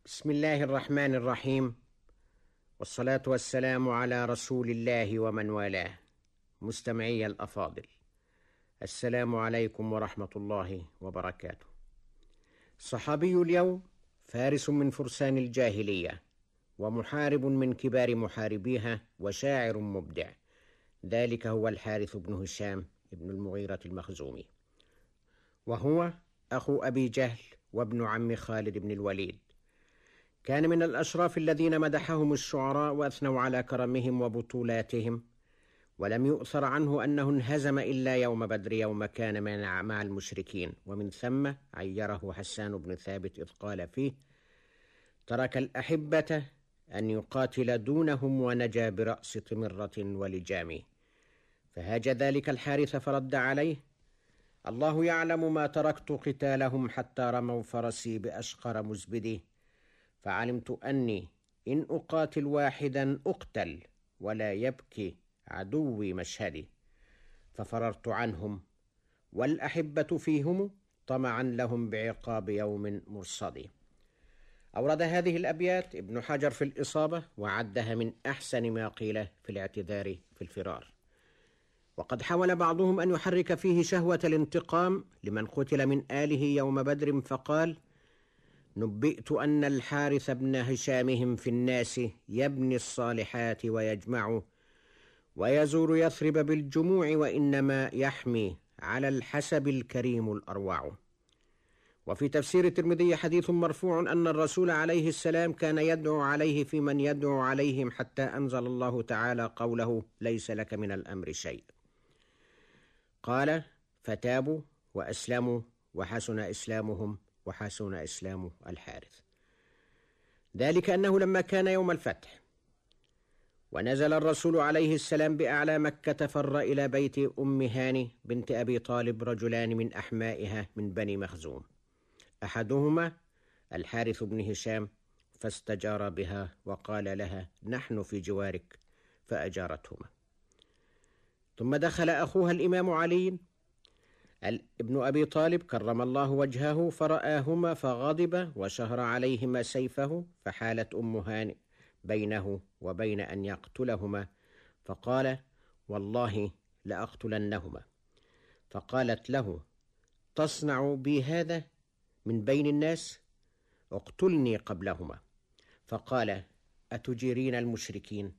بسم الله الرحمن الرحيم، والصلاة والسلام على رسول الله ومن والاه. مستمعي الأفاضل، السلام عليكم ورحمة الله وبركاته. صحابي اليوم فارس من فرسان الجاهلية، ومحارب من كبار محاربيها، وشاعر مبدع. ذلك هو الحارث بن هشام بن المغيرة المخزومي، وهو أخو أبي جهل وابن عم خالد بن الوليد. كان من الأشراف الذين مدحهم الشعراء وأثنوا على كرمهم وبطولاتهم، ولم يؤثر عنه أنه انهزم إلا يوم بدر، يوم كان مع المشركين، ومن ثم عيره حسان بن ثابت إذ قال فيه: ترك الأحبة أن يقاتل دونهم ونجا برأس طمرة ولجام. فهاج ذلك الحارث فرد عليه: الله يعلم ما تركت قتالهم حتى رموا فرسي بأشقر مزبدي، فعلمت أني إن أقاتل واحدا أقتل ولا يبكي عدوي مشهدي، ففررت عنهم والأحبة فيهم طمعا لهم بعقاب يوم مرصد. أورد هذه الأبيات ابن حجر في الإصابة، وعدها من أحسن ما قيل في الاعتذار في الفرار. وقد حاول بعضهم أن يحرك فيه شهوة الانتقام لمن قتل من آله يوم بدر، فقال: نبئت أن الحارث بن هشامهم في الناس يبني الصالحات ويجمع، ويزور يثرب بالجموع، وإنما يحمي على الحسب الكريم الأروع. وفي تفسير الترمذي حديث مرفوع أن الرسول عليه السلام كان يدعو عليه في من يدعو عليهم، حتى أنزل الله تعالى قوله: ليس لك من الأمر شيء. قال: فتابوا وأسلموا وحسن إسلامهم وحسن إسلام الحارث. ذلك أنه لما كان يوم الفتح ونزل الرسول عليه السلام بأعلى مكة، فر إلى بيت أم هاني بنت أبي طالب رجلان من أحمائها من بني مخزوم، أحدهما الحارث بن هشام، فاستجار بها وقال لها: نحن في جوارك، فأجارتهما. ثم دخل أخوها الإمام علي ابن أبي طالب كرم الله وجهه، فرآهما فغضب وشهر عليهما سيفه، فحالت أم هانئ بينه وبين أن يقتلهما، فقال: والله لأقتلنهما. فقالت له: تصنع بي هذا من بين الناس؟ اقتلني قبلهما. فقال: أتجيرين المشركين؟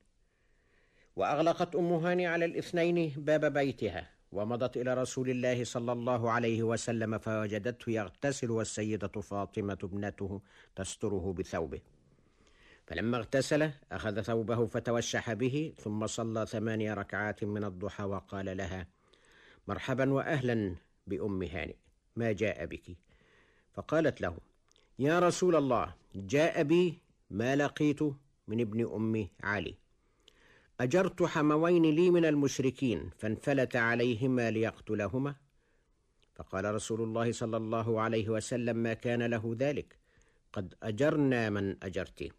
وأغلقت أم هاني على الاثنين باب بيتها، ومضت إلى رسول الله صلى الله عليه وسلم، فوجدته يغتسل والسيدة فاطمة ابنته تستره بثوبه. فلما اغتسل أخذ ثوبه فتوشح به، ثم صلى 8 ركعات من الضحى، وقال لها: مرحبا وأهلا بأم هانئ، ما جاء بك؟ فقالت له: يا رسول الله، جاء بي ما لقيت من ابن أم علي، أجرت حموين لي من المشركين فانفلت عليهما ليقتلهما. فقال رسول الله صلى الله عليه وسلم: ما كان له ذلك، قد أجرنا من أجرته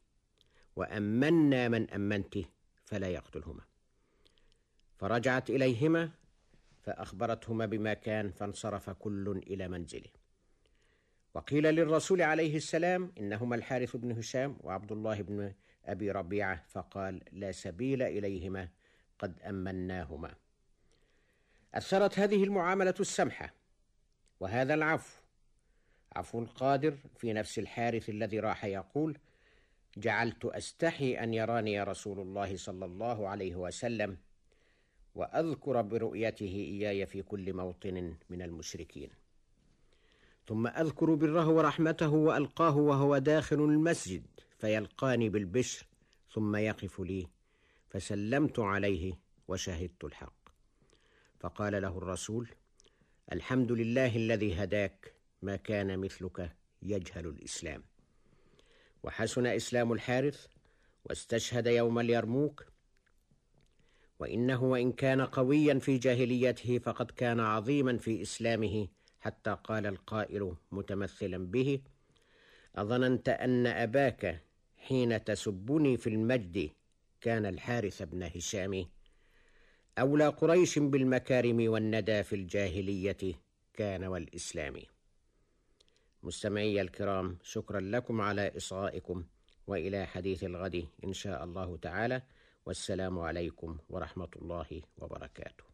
وأمنا من أمنته، فلا يقتلهما. فرجعت إليهما فأخبرتهما بما كان، فانصرف كل إلى منزله. وقيل للرسول عليه السلام إنهما الحارث بن هشام وعبد الله بن أبي ربيعة، فقال: لا سبيل إليهما، قد أمناهما. أثرت هذه المعاملة السمحة وهذا العفو، عفو القادر، في نفس الحارث الذي راح يقول: جعلت أستحي أن يراني رسول الله صلى الله عليه وسلم، وأذكر برؤيته إياي في كل موطن من المشركين، ثم أذكر بره ورحمته، وألقاه وهو داخل المسجد فيلقاني بالبشر، ثم يقف لي، فسلمت عليه وشهدت الحق. فقال له الرسول: الحمد لله الذي هداك، ما كان مثلك يجهل الإسلام. وحسن إسلام الحارث، واستشهد يوم اليرموك. وإنه وإن كان قويا في جاهليته، فقد كان عظيما في إسلامه، حتى قال القائل متمثلا به: أظننت أن أباك حين تسبني في المجد كان الحارث بن هشام، أولى قريش بالمكارم والندى في الجاهلية كان والإسلام. مستمعي الكرام، شكرا لكم على إصغائكم، وإلى حديث الغد إن شاء الله تعالى، والسلام عليكم ورحمة الله وبركاته.